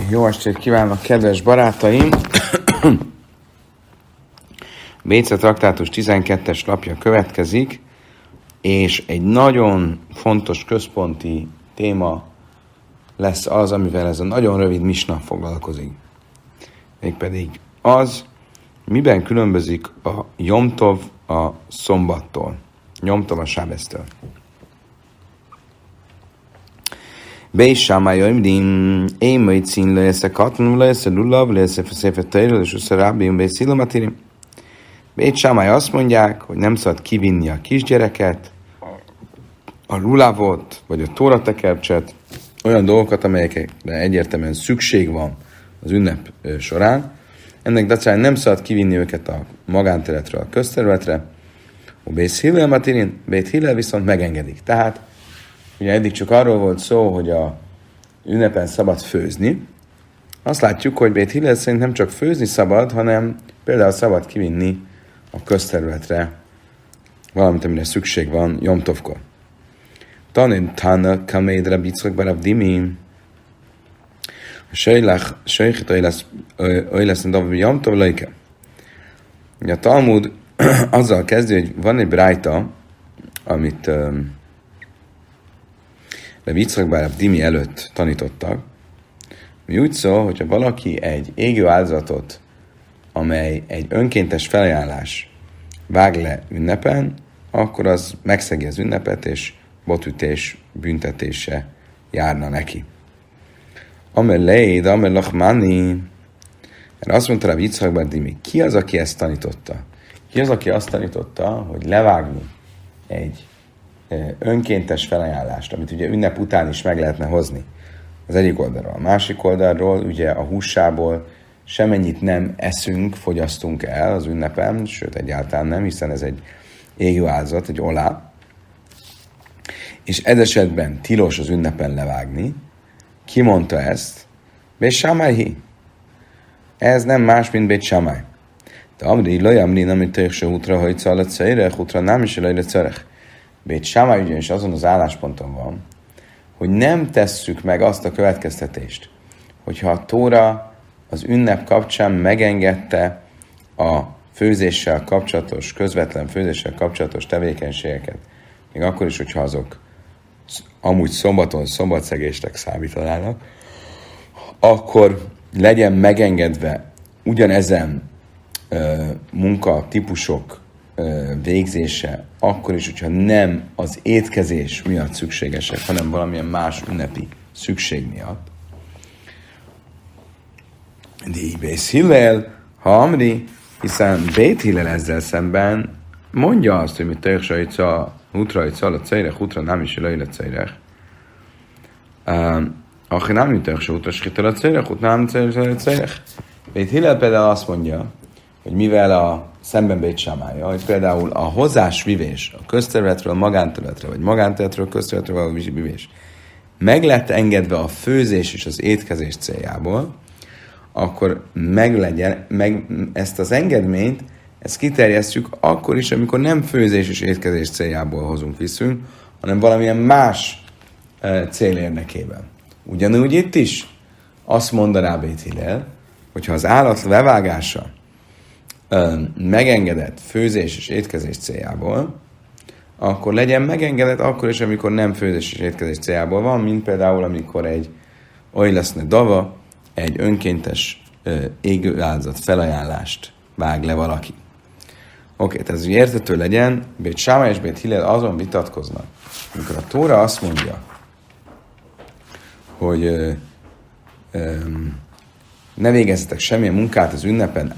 Jó estét kívánok, kedves barátaim! Bécé Traktátus 12-es lapja következik, és egy nagyon fontos központi téma lesz az, amivel ez a nagyon rövid misna foglalkozik. Mégpedig az, miben különbözik a Jom Tov a szombattól, Jom Tov a sábesztől. Beis Shammai Oimdim, én majd szín lesz a katlan, lesz a lulav, lesz a széfe tejről, és a rábbium Beis Szilomatiri. Beis Shammai azt mondják, hogy nem szabad kivinni a kisgyereket, a lulavot, vagy a tóratekercset, olyan dolgokat, amelyekre egyértelműen szükség van az ünnep során. Ennek dacára nem szabad kivinni őket a magánterületről a közterületre. A Beis Szilomatiri, Beit Hillel viszont megengedik. Tehát ugye eddig csak arról volt szó, hogy a ünnepen szabad főzni. Azt látjuk, hogy Beit Hillel szerint nem csak főzni szabad, hanem például szabad kivinni a közterületre valamit, amire szükség van Jom Tovkor. Tanin Tana Kameid Rabbi Yitzchak bar Avdimi Sejchet Oilesz David Jom Tov Leike. A Talmud azzal kezdő, hogy van egy brájta, amit Rabbi Yitzchak bar Avdimi előtt tanítottak, mi úgy szól, hogyha valaki egy égő áldozatot, amely egy önkéntes felajánlás vág le ünnepen, akkor az megszegi az ünnepet, és botütés büntetése járna neki. Amel leid, amel lachmani, erre azt mondta Rabbi Yitzchak bar Avdimi, ki az, aki ezt tanította? Ki az, aki azt tanította, hogy levágni egy önkéntes felajánlást, amit ugye ünnep után is meg lehetne hozni az egyik oldalról. A másik oldalról ugye a húsából semennyit nem eszünk, fogyasztunk el az ünnepen, sőt egyáltalán nem, hiszen ez egy égő áldozat, egy olá. És ez esetben tilos az ünnepen levágni. Ki mondta ezt? Beit Shammai. Ez nem más, mint Beit Shammai. De amri, lajamri, amit tők se útra, hogy szallat szajrech, útra nem is lejre czörech. Beit Shammai ugyanis azon az állásponton van, hogy nem tesszük meg azt a következtetést, hogyha a Tóra az ünnep kapcsán megengedte a főzéssel kapcsolatos, közvetlen főzéssel kapcsolatos tevékenységeket, még akkor is, hogyha azok amúgy szombaton szombatszegésnek számítanának, akkor legyen megengedve ugyanezen munkatípusok végzése, akkor is, hogyha nem az étkezés miatt szükségesek, hanem valamilyen más ünnepi szükség miatt. De Beis Hillel, ha amri, hiszen Beit Hillel ezzel szemben mondja azt, hogy mit tejsajca, hutra, hogy szalad cejrech, hutra nem is lejle cejrech. Ha nem mit tejsajca, hutra, skitala cejrech, hutra nem cejrech. Beit Hillel például azt mondja, hogy mivel a szemben Beit Shammai, hogy például a hozásvivés a közterületről magánterületre, vagy magánterületről közterületre való vivés meg lett engedve a főzés és az étkezés céljából, akkor ezt az engedményt, ezt kiterjesztjük akkor is, amikor nem főzés és étkezés céljából viszünk, hanem valamilyen más cél érdekében. Ugyanúgy itt is azt mondaná Beit Hillel, hogyha az állat levágása megengedett főzés és étkezés céljából, akkor legyen megengedett akkor is, amikor nem főzés és étkezés céljából van, mint például, amikor egy oileszne dava, egy önkéntes égő áldozat felajánlást vág le valaki. Oké, tehát ez érthető legyen, Beit Shammai és Beit Hillel azon vitatkoznak, amikor a Tóra azt mondja, hogy ne végezzetek semmilyen munkát az ünnepen,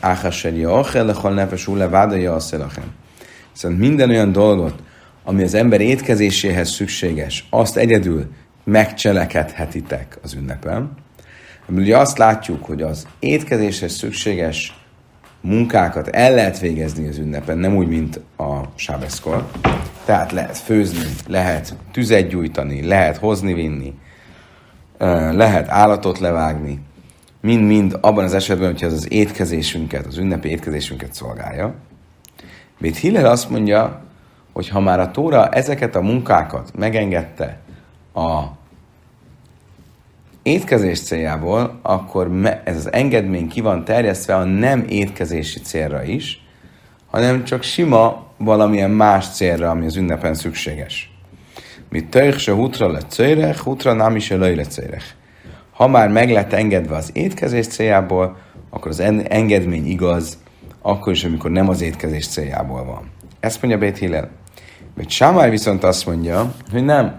hiszen minden olyan dolgot, ami az ember étkezéséhez szükséges, azt egyedül megcselekedhetitek az ünnepen. Ugye azt látjuk, hogy az étkezéshez szükséges munkákat el lehet végezni az ünnepen, nem úgy, mint a sábeszkor. Tehát lehet főzni, lehet tüzet gyújtani, lehet hozni-vinni, lehet állatot levágni, mind-mind abban az esetben, hogyha az étkezésünket, az ünnepi étkezésünket szolgálja. Beit Hillel azt mondja, hogy ha már a Tóra ezeket a munkákat megengedte a étkezés céljából, akkor ez az engedmény ki van terjesztve a nem étkezési célra is, hanem csak sima valamilyen más célra, ami az ünnepen szükséges. Mi töjk se hutra le cérech, hutra nem is le cérech. Ha már meg lett engedve az étkezés céljából, akkor az engedmény igaz, akkor is, amikor nem az étkezés céljából van. Ezt mondja Bét Hillel. Bét Sámály viszont azt mondja, hogy nem.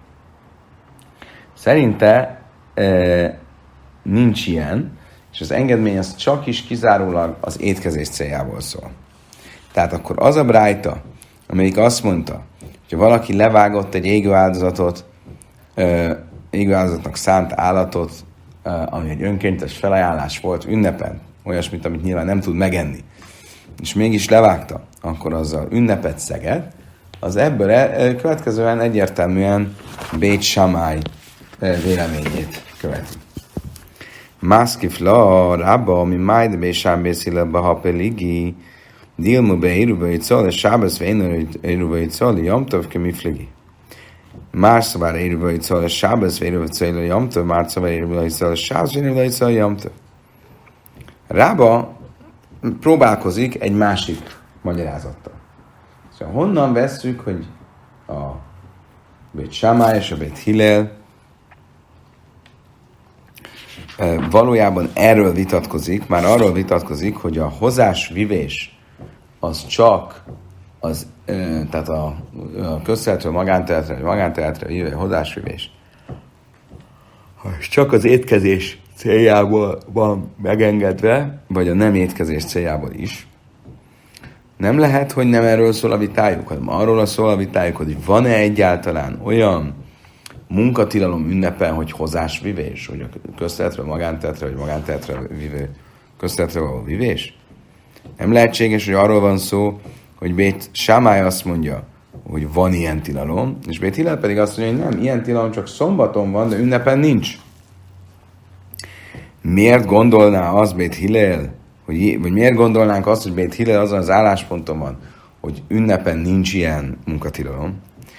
Szerinte nincs ilyen, és az engedmény az csak is kizárólag az étkezés céljából szól. Tehát akkor az a brájta, amelyik azt mondta, hogy valaki levágott egy égőáldozatot, égőáldozatnak szánt állatot, ami egy önkéntes felajánlás volt ünnepen, olyasmit, amit nyilván nem tud megenni, és mégis levágta, akkor azzal ünnepet szegett, az ebből következően egyértelműen Bét Sámály véleményét követi. Mászkif la rába, ami majd Bésán beszélebe ha peligi, Dilmu beiruvai szól, és sábesz veiruvai szól, jamtov kemiflegi. Más szabára iruvai szól, és sábesz veiruvai szól, jamtov, más szabára iruvai szól, és sábesz veiruvai szól, jamtov. Rába próbálkozik egy másik magyarázattal. Szóval honnan vesszük, hogy a Bét Sámály és a Bét Hillel valójában erről vitatkozik, már arról vitatkozik, hogy a hozás-vivés az csak az, tehát a közszeretről magánterületre vívő hozás-vivés, és csak az étkezés céljából van megengedve, vagy a nem étkezés céljából is. Nem lehet, hogy nem erről szól a vitájuk, hanem arról szól a vitájuk, hogy van-e egyáltalán olyan munkatilalom ünnepen, hogy hozás-vivés, hogy a közterületről magánterületre, vagy magánterületre vívő közterületre való vivés. Nem lehetséges, hogy arról van szó, hogy Bét Sámály azt mondja, hogy van ilyen tilalom, és Bét Hillel pedig azt mondja, hogy nem, ilyen tilalom csak szombaton van, de ünnepen nincs. Miért gondolná az Bét Hillel, vagy miért gondolnánk azt, hogy Bét Hillel azon az állásponton van, hogy ünnepen nincs ilyen munkatilalom?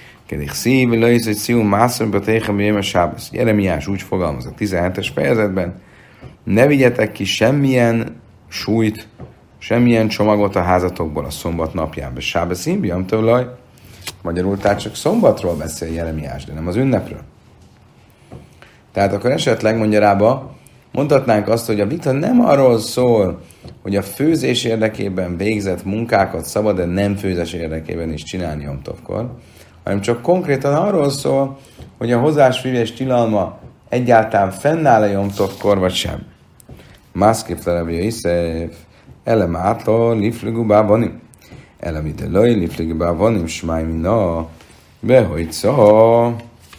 Jeremiás úgy fogalmaz a 17-es fejezetben, ne vigyetek ki semmilyen súlyt, semmilyen csomagot a házatokból a szombat napján. Sábeszim, jamtövlaj. Magyarul tehát csak szombatról beszél Jeremiás, de nem az ünnepről. Tehát akkor esetleg mondja rába, mondhatnánk azt, hogy a vita nem arról szól, hogy a főzés érdekében végzett munkákat szabad, de nem főzés érdekében is csinálni jomtovkor, hanem csak konkrétan arról szól, hogy a hozás-vivés tilalma egyáltalán fennáll a jomtovkor, vagy sem. Mászkép lelevje iszef, elem átla, lifligú bávanim. Elem ide laj, lifligú bávanim, smáj mina, behojca,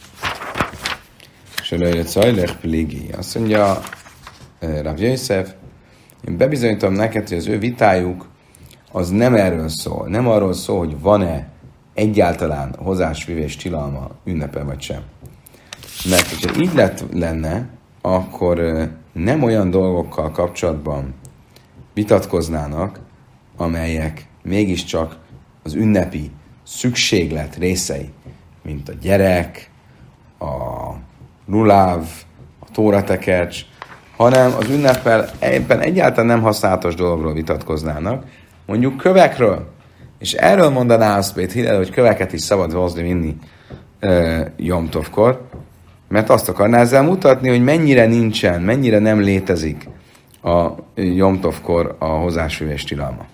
se lajre cajlech pligi. Azt mondja Rav Yosef, én bebizonyítom neked, hogy az ő vitájuk az nem erről szól. Nem arról szól, hogy van-e egyáltalán hozás-vivés tilalma ünnepe vagy sem. Mert hogyha így lenne, akkor nem olyan dolgokkal kapcsolatban vitatkoznának, amelyek mégiscsak az ünnepi szükséglet részei, mint a gyerek, a luláv, a tóratekercs, hanem az ünneppel éppen egyáltalán nem használatos dologról vitatkoznának, mondjuk kövekről. És erről mondaná azt Bét Hillel, hogy köveket is szabad hozni vinni jomtovkor, mert azt akarná ezzel mutatni, hogy mennyire nincsen, mennyire nem létezik a jomtovkor a hozásvivés tilalma.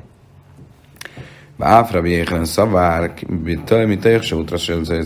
Báfra biéhen szavár, mi teljesen útra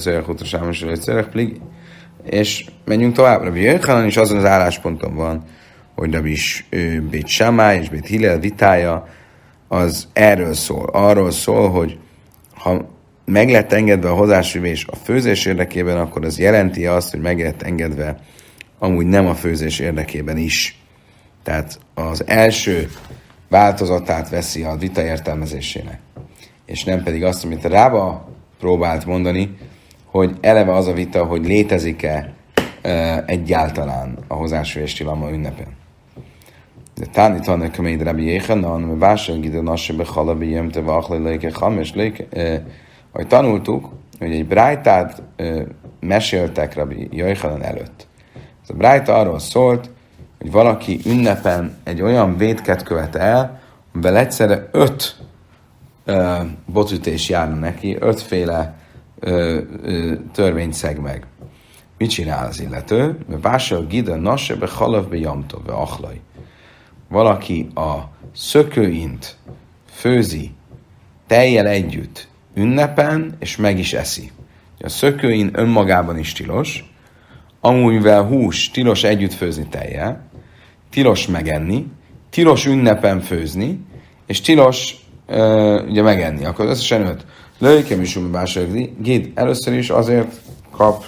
és menjünk tovább. Rabbi Yochanan is azon az állásponton van, hogy Rabbi Bét Sámály és Bét Hillel vitája az erről szól. Arról szól, hogy ha meg lett engedve a hozásvivés a főzés érdekében, akkor az jelenti azt, hogy meg lett engedve amúgy nem a főzés érdekében is. Tehát az első változatát veszi a vita értelmezésének. És nem pedig azt, amit Rába próbált mondani, hogy eleve az a vita, hogy létezik-e egyáltalán a hozásvivés tilalma ünnepen. De táni tannak, amelyik Rabbi Yochanan, mert bárságidő nassebe halabi jömte vachlajlajke hames lőke, ahogy tanultuk, hogy egy brájtát meséltek Rabbi Yochanan előtt. Ez a brájta arról szólt, hogy valaki ünnepen egy olyan vétket követ el, amivel egyszerre 5 botütés járna neki, 5 féle törvényt szeg meg. Mit csinál az illető? Vásár gida nasebe halavbe jamtove achlaj. Valaki a szökőint főzi tejjel együtt ünnepen, és meg is eszi. A szökőin önmagában is tilos, amúgy mivel hús tilos együtt főzni tejjel, tilos megenni, tilos ünnepen főzni, és tilos ugye megenni. Akkor összesen 5. Lőjkem is umibásagdi. Gid, először is azért kap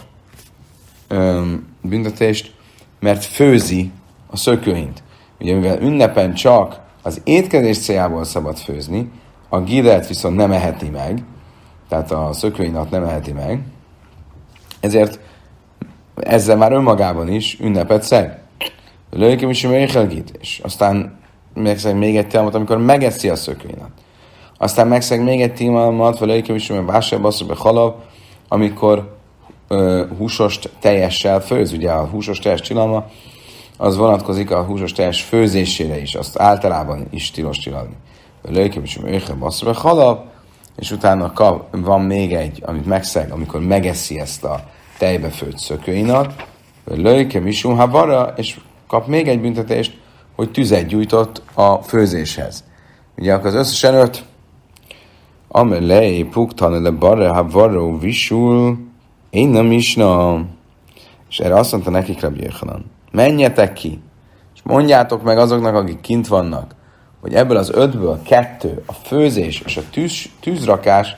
büntetést, mert főzi a szökőint. Ugye mivel ünnepen csak az étkezés céljából szabad főzni, a gidet viszont nem eheti meg, tehát a szökőinat nem eheti meg, ezért ezzel már önmagában is ünnepet szeg. Lőjkem is umibásagdi. És aztán megszeg még egy tilalmat, amikor megeszi a szökőinat. Aztán megszeg még egy tilalmat, vagy lőjkem is umibásagdi halav, amikor húsos tejessel főz. Ugye a húsos teljes tilalma az vonatkozik a húsos teljes főzésére is, azt általában is tilos tilalni. Lőjkem is umibásagdi halav, és utána van még egy, amit megszeg, amikor megeszi ezt a tejbe főtt szökőinat. Lőjkem is umibásagdi, és kap még egy büntetést, hogy tüzet gyújtott a főzéshez. Ugye akkor az összesen 5. Amelei puktan le barra ha varró visul, én nem isna. És erre azt mondta nekik Rabbi Yochanan, menjetek ki, és mondjátok meg azoknak, akik kint vannak, hogy ebből az 5-ből 2, a főzés és a tűzrakás,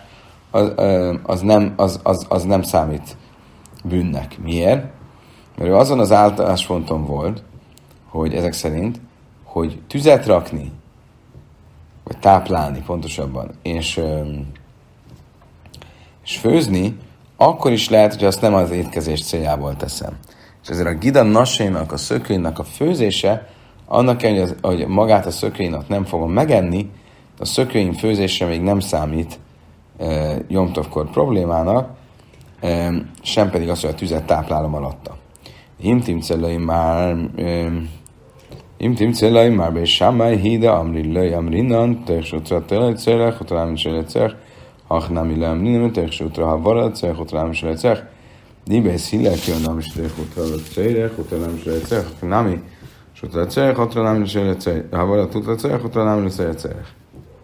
az nem számít bűnnek. Miért? Mert ő azon az állásponton volt, hogy ezek szerint, hogy tüzet rakni, vagy táplálni pontosabban, és és főzni, akkor is lehet, hogy azt nem az étkezés céljából teszem. És ezért a gidan nasénak, a szökőinak a főzése, annak kell, hogy magát a szökőinat nem fogom megenni, a szökőin főzése még nem számít jomtovkor problémának, sem pedig az, hogy a tüzet táplálom alatta. Imtim celai már be sámály hída, amri löj amrinan, töksutra tőle célek, utalám is előcek, Achnami le amrinan, töksutra ha varad, célek, utalám is előcek, Dibész hillek jön, nem is töksutra célek, utalám is előcek, Achnami sutra célek, utalám is előcek, ha varad tutra célek, utalám is előcek.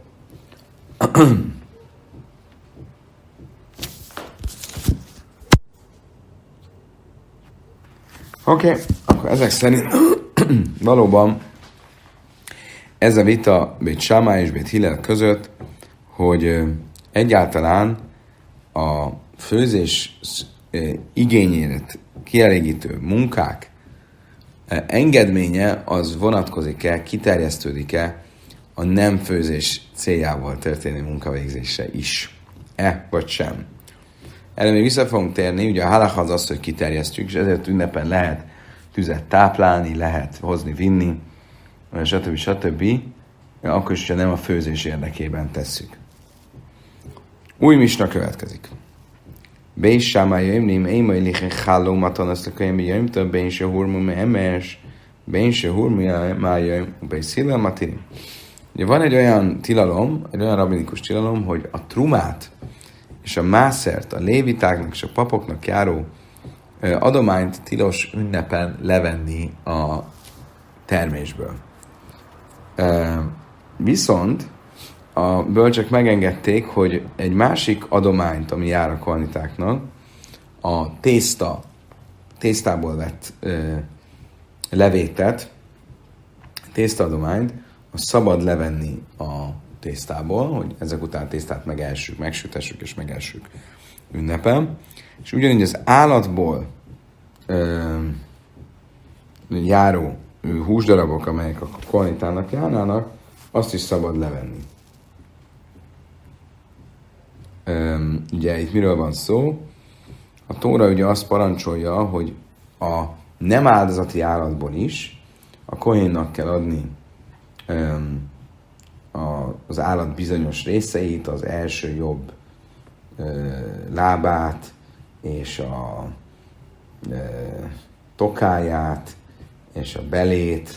Oké, akkor ezek szerint valóban ez a vita Bét Sámály és Bét Hillel között, hogy egyáltalán a főzés igényére kielégítő munkák engedménye az vonatkozik-e, kiterjesztődik-e a nem főzés céljával történő munkavégzésre is. Vagy sem. Erre még vissza fogunk térni, ugye a halacha az hogy kiterjesztjük, és ezért ünnepen lehet tüzet táplálni, lehet hozni, vinni, stb. Akkor is, ha nem a főzés érdekében tesszük. Új misna következik. Béis sámájaim, ném émai lichen háló matanasztakaim, jöjjön bén se hurmu me emes, bén se hurmu májaim, béis hillel matirim. Ugye van egy olyan tilalom, egy olyan rabbinikus tilalom, hogy a trumát és a mászert a lévitáknak és a papoknak járó adományt tilos ünnepen levenni a termésből. Viszont a bölcsek megengedték, hogy egy másik adományt, ami jár a kohanitáknak, a tésztából vett levétet, tésztaadományt, azt szabad levenni a tésztából, hogy ezek után tésztát megelsük, megsütessük és megelsük ünnepen. És ugyanígy az állatból járó húsdarabok, amelyek a kohanitának járnának, azt is szabad levenni. Ugye itt miről van szó? A Tóra ugye azt parancsolja, hogy a nem áldozati állatból is a kohénnak kell adni az állat bizonyos részeit, az első jobb lábát, és tokáját és a belét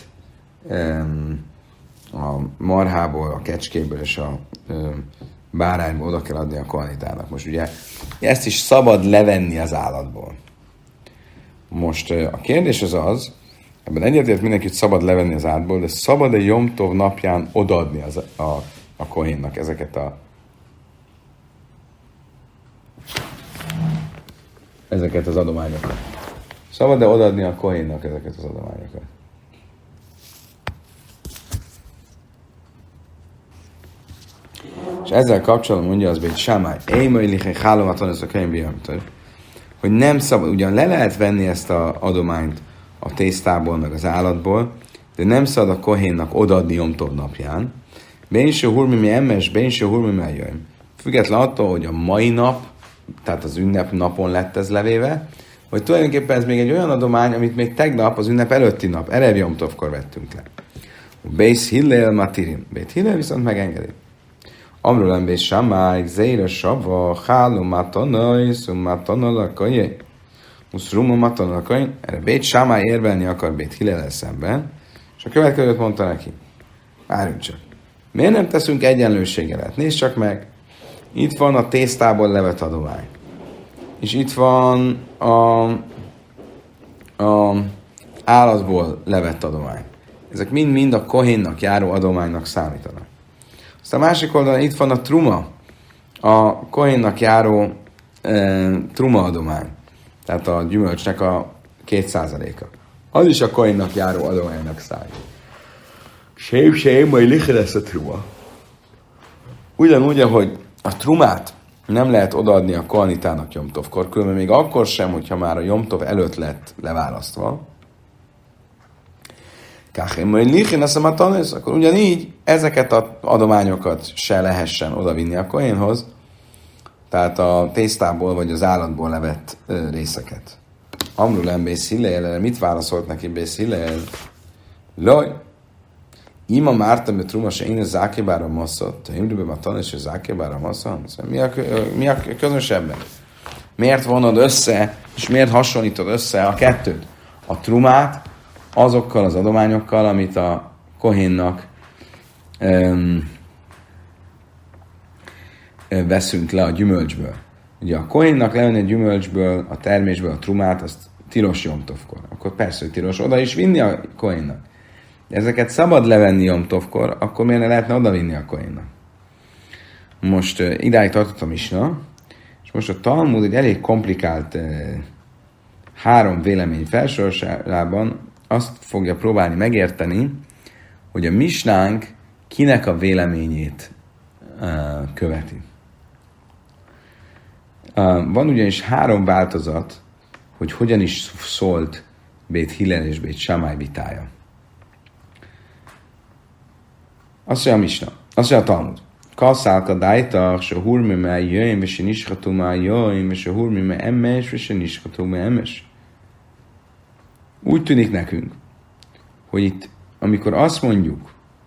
a marhából, a kecskéből és a bárányból oda kell adni a kohanitának. Most ugye ezt is szabad levenni az állatból. Most a kérdés az, ebben egyetért mindenki, hogy szabad levenni az állatból, de szabad-e Jom Tov napján odaadni a kohénnak ezeket az adományokat? Szabad-e odaadni a kohénnak ezeket az adományokat? És ezzel kapcsolatban mondja az Bét Sámály, hogy nem szabad, ugyan le lehet venni ezt az adományt a tésztából, meg az állatból, de nem szabad a kohénnak odaadni Jom Tov napján. Bénső hurmimi emes, bénső hurmimi eljöjjön. Független attól, hogy a mai nap, tehát az ünnep napon lett ez levéve, hogy tulajdonképpen ez még egy olyan adomány, amit még tegnap, az ünnep előtti nap, Erev Jom Tovkor vettünk le. Bész Hillel Matirim. Bét Hillel viszont megengedi. Amrulem Bét Sámály, Zéra Sava, Hálom Matanai, Szummatanalakajé. Muszrumma Matanalakajé. Erre Bét Sámály érvelni akar Bét Hillel szemben, és a következőt mondta neki. Várjunk csak. Miért nem teszünk egyenlőséget? Nézd csak meg. Itt van a tésztából levett adomány. És itt van a állatból levett adomány. Ezek mind-mind a kohénnak járó adománynak számítanak. Aztán a másik oldalon itt van a truma, a kohénnak járó truma adomány. Tehát a gyümölcsnek a 2%-a. Az is a kohénnak járó adománynak számít. Sém, majd liche lesz a truma. Ugyanúgy, ahogy a trumát nem lehet odaadni a kohanitának Jom Tovkor, különben még akkor sem, hogyha már a Jom Tov előtt lett leválasztva. Káhém majd liche lesz a matanész, akkor ugyanígy ezeket az adományokat se lehessen odavinni a kohénhoz, tehát a tésztából vagy az állatból levett részeket. Amrulem Bész Hillel, mit válaszolt neki Bész Hillel? Loj! Ima mártam, hogy truma se én a zákébára masszat, ha imrőbe a tanás, a zákébára masszat. Mi a közös ebben? Miért vonod össze, és miért hasonlítod össze a kettőt? A trumát azokkal az adományokkal, amit a kohénnak veszünk le a gyümölcsből. Ugye a kohénnak levenni a gyümölcsből, a termésből a trumát, azt tilos Jom Tovkor. Akkor persze, hogy tilos oda is vinni a kohénnak. De ezeket szabad levenni Jom Tovkor, akkor miért ne lehetne odavinni a kohénnak? Most idáig tartott a misna, és most a Talmud egy elég komplikált 3 vélemény felsorolásában azt fogja próbálni megérteni, hogy a misnánk kinek a véleményét követi. Van ugyanis 3 változat, hogy hogyan is szólt Bét Hillel és Bét Sámály vitája. Azt mondja a misna, azt mondja a Talmud. Kasszálka dájtach, se hurmi me jöjjön, és se nisható me jöjjön, és se hurmi me emes, és se nisható me emes. Úgy tűnik nekünk, hogy itt, amikor azt mondjuk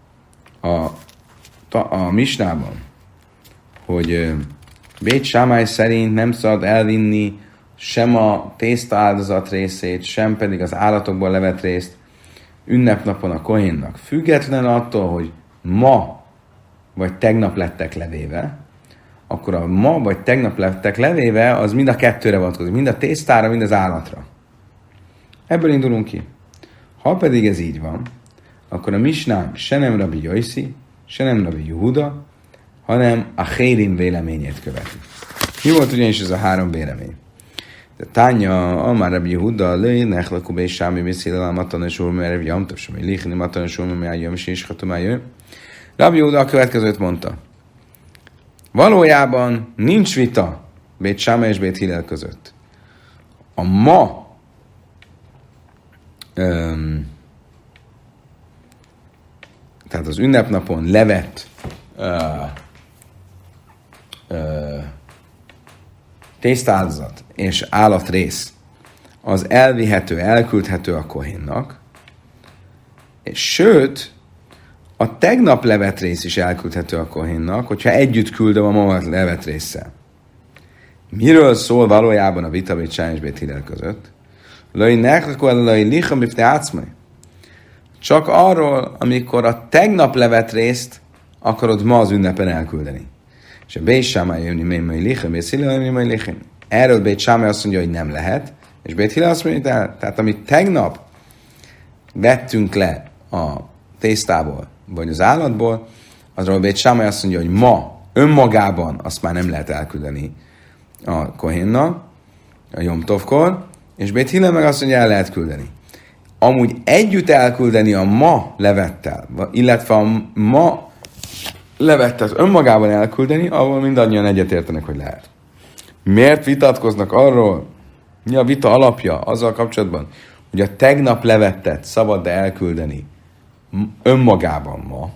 a misnában, hogy Bét Sámály szerint nem szabad elvinni sem a tészta áldozat részét, sem pedig az állatokból levett részt ünnepnapon a kohénnak. Független attól, hogy ma vagy tegnap lettek levéve, akkor a ma vagy tegnap lettek levéve, az mind a kettőre vonatkozik, mind a tésztára, mind az állatra. Ebből indulunk ki. Ha pedig ez így van, akkor a misnánk se nem Rabbi Yossi, se nem Rabbi Yehuda, hanem a Hérim véleményét követi. Mi volt ugyanis ez a 3 vélemény? De Tánya, Amár Rabbi Yehuda, Lé, Nechlaku Bé Sámi, Bé Szélel, Matan és Ulmer, Rabbi Jom Tov, Sámi, Lichni, Matan és Ulmer, Jöjjön, és Ischatum, Rabbi Yehuda a következőt mondta. Valójában nincs vita Bét Sámály és Bét Hillel között. A ma tehát az ünnepnapon levett tésztaáldozat és állatrész az elvihető, elküldhető a kohénnak, és sőt, a tegnap levett rész is elküldhető a kohénnak, hogyha együtt küldöm a ma levett résszel. Miről szól valójában a vita Bét Sámály és Bét Hillel között? Csak arról, amikor a tegnap levett részt akarod ma az ünnepen elküldeni. És a Beit Sámai jönni mély lichem, Beit Hillel jönni mély lichem. Erről Beit Sámai azt mondja, hogy nem lehet, és Beit Hillel azt mondja, hogy tehát amit tegnap vettünk le a tésztából, vagy az állatból, azról Beit Sámai azt mondja, hogy ma önmagában azt már nem lehet elküldeni a kohénnal, a Jom Tovkor, és Beit Hillel meg azt mondja, el lehet küldeni. Amúgy együtt elküldeni a ma levettel, illetve a ma levettet önmagában elküldeni, ahol mindannyian egyetértenek, hogy lehet. Miért vitatkoznak arról, mi a vita alapja azzal kapcsolatban, hogy a tegnap levettet szabad elküldeni önmagában ma?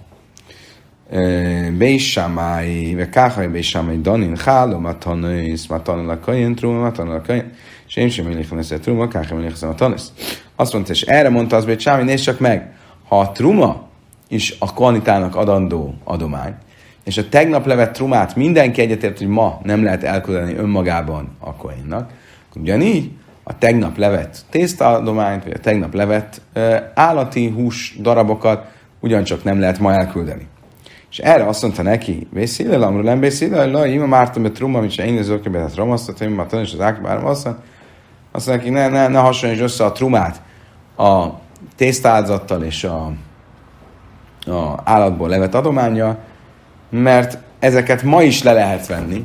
Beit Sámai, vagy Káhai Beit Sámai, Danin, Hálom, Matanész, Matanolakajen, Truma, Matanolakajen, Sém sem élik van ezt Truma, Káhai élik van Matanész. Azt mondta, és erre mondta az Beit Sámai, nézd csak meg, ha a Truma is a kohanitának adandó adomány, és a tegnap levett trumát mindenki egyetért, hogy ma nem lehet elküldeni önmagában a kohénnak, ugyanígy a tegnap levett tésztaadományt, vagy a tegnap levett állati hús darabokat ugyancsak nem lehet ma elküldeni. És erre azt mondta neki, Bészélel, amról nem Bészélel, la, ima mártam be truma, mint se én az ökébet romasztat, én már taníts az ákbárom azt mondta neki, ne hasonlíts össze a trumát a tésztaáldozattal és a állatból levett adománnyal, mert ezeket ma is le lehet venni,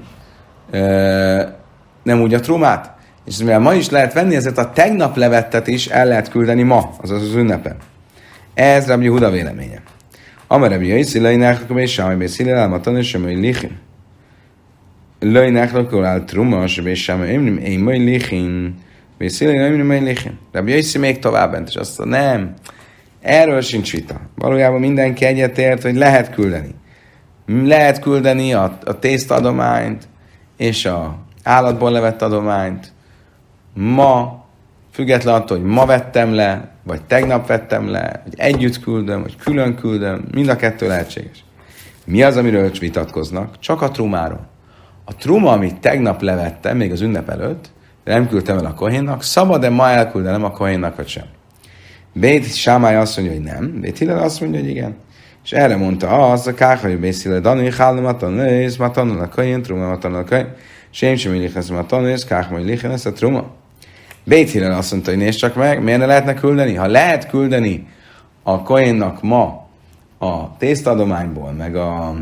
nem úgy a trumát. És mivel ma is lehet venni, ezért a tegnap levettet is el lehet küldeni ma, azaz az ünnepen. Ez Rabbi Huda véleménye. Amar Rabbi Yossi, lejnek és Sámai Bészilel, Álmatan és Sámai Lichin. Lejnek áll truma, és Sámai én mai Lichin, Bészilel, én mai Lichin. Rabbi Yossi még tovább bent, és azt mondta, nem, erről sincs vita. Valójában mindenki egyetért, hogy lehet küldeni. Lehet küldeni a tésztaadományt és a állatból levett adományt ma, független attól, hogy ma vettem le, vagy tegnap vettem le, vagy együtt küldöm, vagy külön küldöm, mind a kettő lehetséges. Mi az, amiről vitatkoznak? Csak a trumáról. A truma, amit tegnap levettem, még az ünnep előtt, de nem küldtem el a kohénnak, szabad-e ma elküldenem a kohénnak, vagy sem? Beit Sámai azt mondja, hogy nem, Beit Hillel azt mondja, hogy igen. És erre mondta az, a Káhai Beit Hillel, Dani, Hálomatan, Lész, Matanul a kohen, Truma, Matanul a kohen, Sém sem élik lesz Matanul, Lész, Káhai Lichin lesz a Truma. Beit Hillel azt mondta, hogy nézd csak meg, miért ne lehetne küldeni? Ha lehet küldeni a kohénnak ma a tésztaadományból, meg a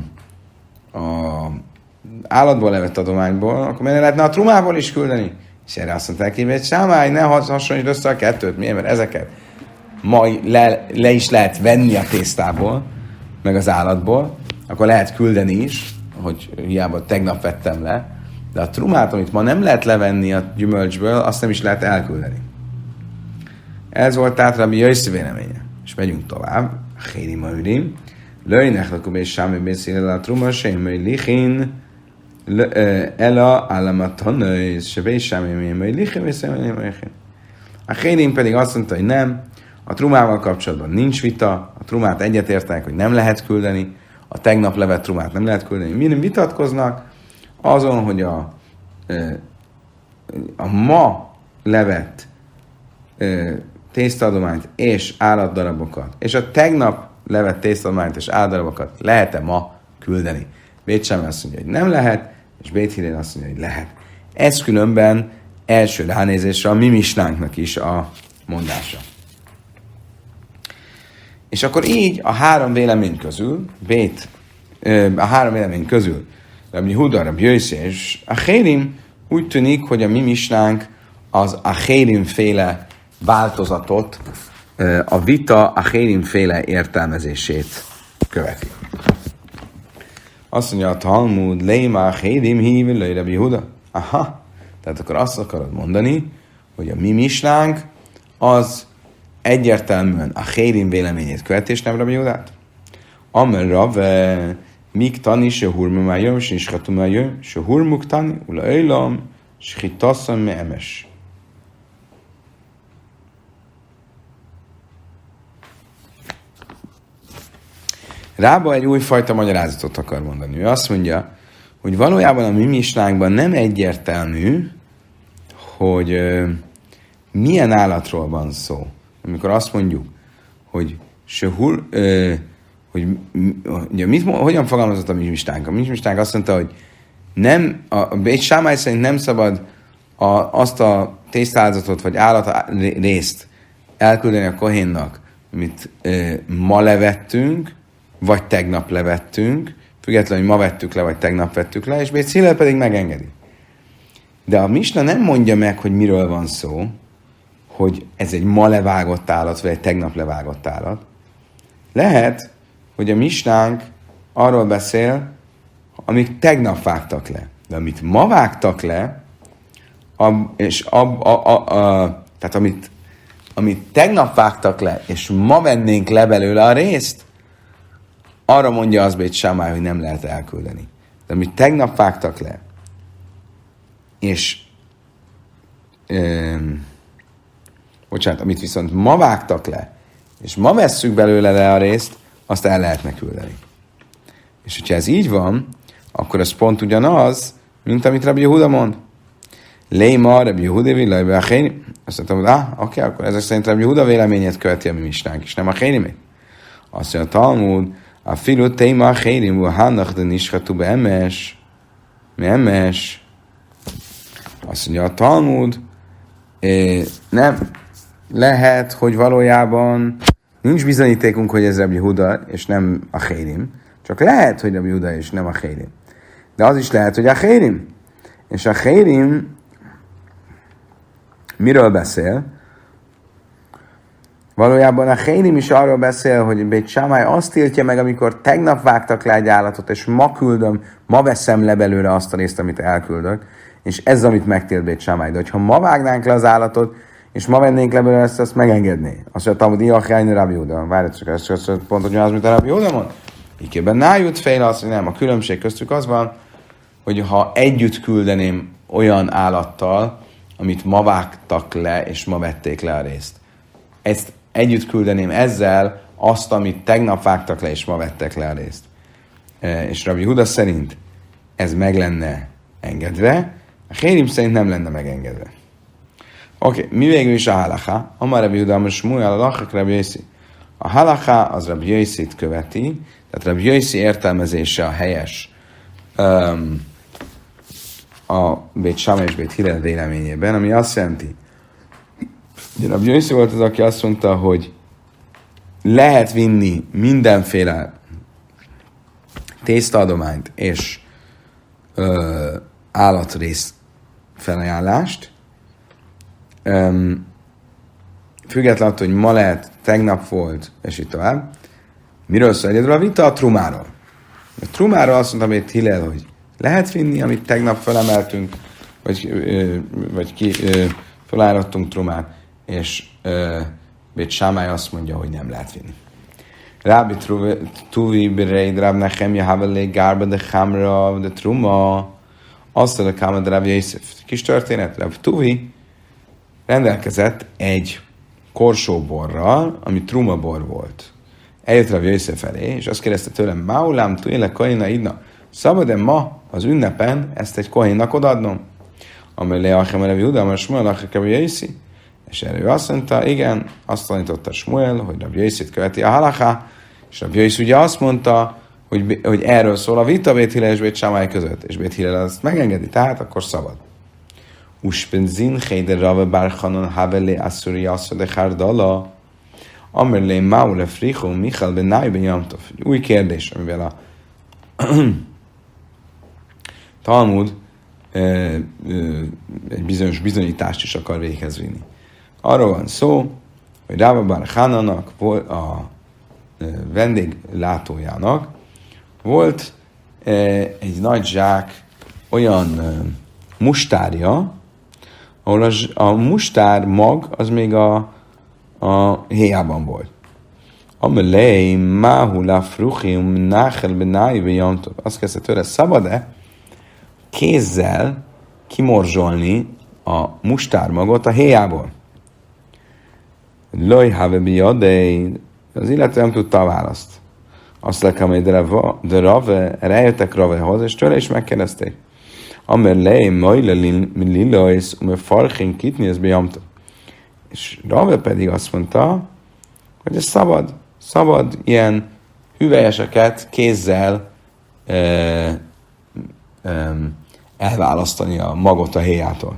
állatból levett adományból, akkor miért ne lehetne a trumából is küldeni? És erre azt mondták, hogy Beit Sámai, ne hasonlítsd össze a kettőt, miért? Mert ezeket ma le is lehet venni a tésztából, meg az állatból, akkor lehet küldeni is, hogy hiába tegnap vettem le, de a trumát, amit ma nem lehet levenni a gyümölcsből, azt nem is lehet elküldeni. Ez volt tehát Rabbi Yossi véleménye. És megyünk tovább. Héri Maurim. Lőjnek lakub és Sámi Bészélel a truma, Sémai Lichin, Ela Álamatanös, Sebé Sámi Lichin, Bészélel Lichin. A Hérim pedig azt mondta, hogy nem, a trumával kapcsolatban nincs vita, a trumát egyetértenek, hogy nem lehet küldeni, a tegnap levett trumát nem lehet küldeni. Mi nem vitatkoznak azon, hogy a ma levett tésztaadományt és állatdarabokat, és a tegnap levett tésztaadományt és állatdarabokat lehet-e ma küldeni. Beit Sámai azt mondja, hogy nem lehet, és Beit Hillel azt mondja, hogy lehet. Ez különben első ránézésre a mi misnánknak is a mondása. És akkor így a három vélemény közül, Rabbi Huda, Rabbi Yossi és a Hérim úgy tűnik, hogy a mi misnánk az a Hérim féle változatot, a vita a Hérim féle értelmezését követi. Azt mondja a Talmud, Leima a Hérim hív, Lej Rabbi Huda. Aha, tehát akkor azt akarod mondani, hogy a mi misnánk az egyértelműen a Hérim véleményét követi, és nem Rabbi Hudát. Amel Rave, Mik tani, se hurmumájom, se iskatumájom, se hurmuk tani, ula öjlam, se hitaszam me emes. Rába egy újfajta magyarázatot akar mondani. Ő azt mondja, hogy valójában a mi misnánkban nem egyértelmű, hogy milyen állatról van szó? Amikor azt mondjuk, hogy ugye hogyan fogalmazott a mismistánk? A mismistánk azt mondta, hogy nem, a Bét Sámály szerint nem szabad azt a tésztáldozatot vagy állat részt elküldeni a kohénnak, amit ma levettünk, vagy tegnap levettünk, függetlenül, hogy ma vettük le, vagy tegnap vettük le, és Bét Hillel pedig megengedi. De a misna nem mondja meg, hogy miről van szó, hogy ez egy ma levágott állat, vagy egy tegnap levágott állat. Lehet, hogy a misnánk arról beszél, amit tegnap vágtak le. De amit ma vágtak le, tehát amit tegnap vágtak le, és ma vennénk le belőle a részt, arra mondja az Bét Sámály, hogy nem lehet elküldeni. De amit tegnap vágtak le, és amit viszont ma vágtak le, és ma vesszük belőle le a részt, azt el lehetne küldeni. És hogyha ez így van, akkor ez pont ugyanaz, mint amit Rabbi Yehuda mond. Léma, Rabbi Yehuda, Villajbe, Achéni. Azt mondtam, hogy oké, akkor ezek szerint Rabbi Yehuda véleményét követi a mi misnánk, és nem Achéni. Azt mondja a Talmud, a filu téma Achéni, Vuhánnak, de Nishatu be emes. Azt mondja a Talmud, nem lehet, hogy valójában nincs bizonyítékunk, hogy ez Rabbi Yehuda, és nem a Chérim. Csak lehet, hogy Rabbi Yehuda, és nem a Chérim. De az is lehet, hogy a Chérim. És a Chérim miről beszél? Valójában a Chérim is arról beszél, hogy Bét Sámály azt tiltja meg, amikor tegnap vágtak le egy állatot, és ma veszem le belőle azt a részt, amit elküldök, és ez, amit megtilt Bét Sámály. De hogyha ma vágnánk le az állatot, és ma vennénk le belőle ezt megengedné. Azt mondja, hogy Iachjájni Rabbi Yehuda. Várj, csak ez pont ugyanaz, mint a Rabbi Yehuda mond. Ikében nájut fejl, azt mondja, nem. A különbség köztük az van, hogy ha együtt küldeném olyan állattal, amit ma vágtak le, és ma vették le a részt. Ezt együtt küldeném ezzel azt, amit tegnap vágtak le, és ma vettek le a részt. És Rabbi Yehuda szerint ez meg lenne engedve, a Chérim szerint nem lenne megengedve. Oké, mi végül is a halacha? Amar Rabbi Yehuda, most Shmuel, a lachak Rabbi Yossi. A halacha az Rabbi Yossit követi, tehát Rabbi Yossi értelmezése a helyes a Bét Sámály és Bét Hillel véleményében, ami azt jelenti, hogy Rabbi Yossi volt az, aki azt mondta, hogy lehet vinni mindenféle tésztaadományt és állatrész felajánlást, függetlenül attól, hogy ma lehet, tegnap volt, és így tovább. Miről szól egyedül a vita? A trumáról. A trumáról azt mondtam, hogy Hillel, hogy lehet vinni, amit tegnap felemeltünk, vagy felállítottunk trumát, és Bét Sámály azt mondja, hogy nem lehet vinni. Rabbi Tuvi Bereid Rab Nechemja Havelé Gárba de Chamra de Truma azt a Kámad Rabbi Yosef. Kis történet, Rabbi Tuvi rendelkezett egy korsóborral, ami trumabor volt. Eljött Rabbi Yosef elé, és azt kérdezte tőlem, Máulám, tőle kohéna idna, szabad-e ma az ünnepen ezt egy kohénnak odaadnom? Amely leachem Rabbi Yehuda, mert Shmuel achek Rabbi Yossi. És erről azt mondta, igen, azt tanította Shmuel, hogy Rabbi Yossit követi a halacha, és Rabbi Yossi ugye azt mondta, hogy erről szól a vita Bét Hillel és Bét Sámály között, és Bét Hillel azt megengedi, tehát akkor szabad. Uspenzin Heider Rave Barchanon Havele Asuri Asa de Chardala Amerle Maule Fricho Michal Benai Ben Yamtov. Új kérdés, amivel a Talmud egy bizonyos bizonyítást is akar véghez vinni. Arról van szó, hogy Rave Barchananak, a vendéglátójának volt egy nagy zsák olyan mustárja, ahol a mustár mag az még a héjában volt. Amelei máhula fruchium náhel benái bejantov. Azt kezdte tőle, szabad-e kézzel kimorzsolni a mustármagot a héjából? Loj have biadei, az illető nem tudta a választ. Azt lekem, de Rave, eljöttek Ravehoz, és tőle is megkérdezték. Amerlei majle lilajsz, ume farchin kitni, ez bejamtov. És Rave pedig azt mondta, hogy ez szabad ilyen hüvelyeseket kézzel elválasztani a magot a héjától.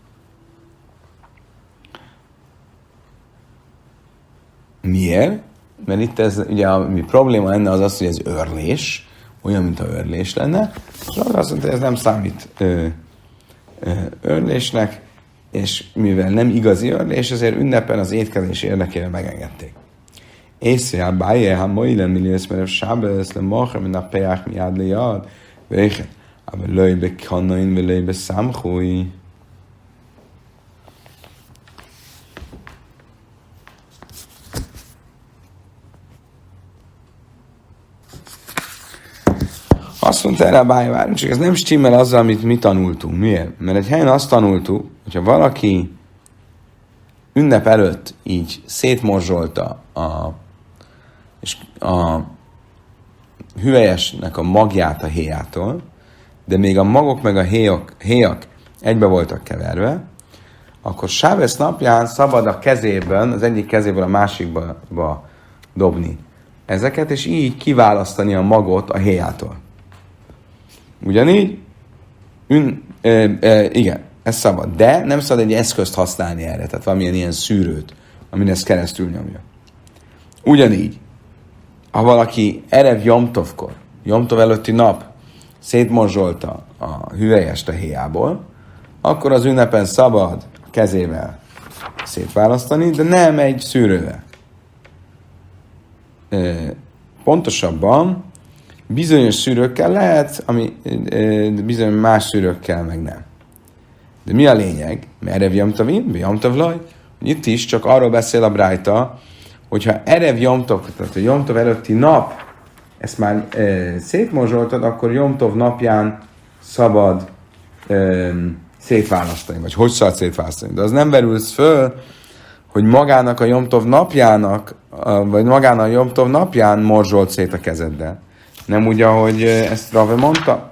Miért? Mert itt ez, ugye ami probléma lenne az, hogy ez örlés, olyan, mintha örlés lenne, és azt mondta, hogy ez nem számít örlésnek, és mivel nem igazi örlés, ezért ünnepen az étkezés érdekében megengedték. Észre, bájjel, ha mai lenni lész, mert sábesz, le maha, mint a peák miád le jad, vége, aber löjbe kannain, vagy löjbe számhói. Azt mondta erre a bájvárunk, csak ez nem stimmel azzal, amit mi tanultunk. Miért? Mert egy helyen azt tanultuk, hogyha valaki ünnep előtt így szétmorzsolta a hüvelyesnek a magját a héjától, de még a magok meg a héjak egybe voltak keverve, akkor Sávesz napján szabad a kezében, az egyik kezéből a másikba dobni ezeket, és így kiválasztani a magot a héjától. Ugyanígy, igen, ez szabad, de nem szabad egy eszközt használni erre, tehát valamilyen ilyen szűrőt, amin ezt keresztül nyomja. Ugyanígy, ha valaki erev Jomtovkor, Jomtov előtti nap szétmorzsolta a hüvelyest a héjából, akkor az ünnepen szabad a kezével szétválasztani, de nem egy szűrővel. Pontosabban bizonyos szűrőkkel lehet, bizonyos más szűrőkkel meg nem. De mi a lényeg? Erev Jomtovin, Jomtovlaj, hogy itt is csak arról beszél a brájta, hogyha erev Jomtov, tehát a Jomtov előtti nap, ezt már szétmorzsoltad, akkor Jomtov napján szabad szétválasztani, vagy hogy szabad szétválasztani. De az nem verülsz föl, hogy magának a Jomtov napjának, vagy magának a Jomtov napján morzsolt szét a kezeddel. Nem úgy, ahogy ezt Rave mondta.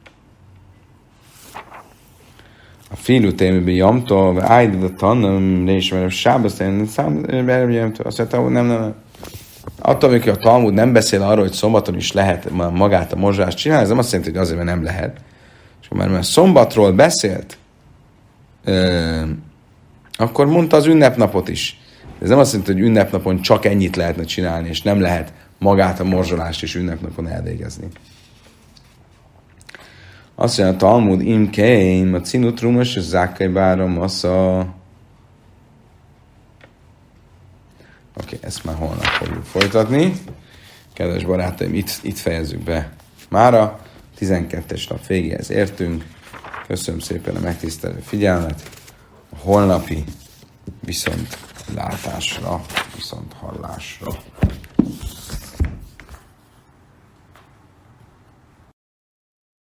A filu témében Jomtov, ájdadatlan, nem ismerem, sábasztani, azt mondta, hogy nem. Attól, amikor a Talmud nem beszél arról, hogy szombaton is lehet magát a morzsást csinálni, ez nem azt jelenti, hogy azért, mert nem lehet. És mert szombatról beszélt, akkor mondta az ünnepnapot is. Ez nem azt jelenti, hogy ünnepnapon csak ennyit lehetne csinálni, és nem lehet magát a morzsolást is ünnepnapon elvégezni. Azt mondja a Talmud, imkeim, a cinutrumos, és zákkai bárom, Oké, ezt már holnap fogjuk folytatni. Kedves barátaim, itt fejezzük be mára. 12-es nap végéhez értünk. Köszönöm szépen a megtisztelő figyelmet. A holnapi viszont látásra, viszont hallásra.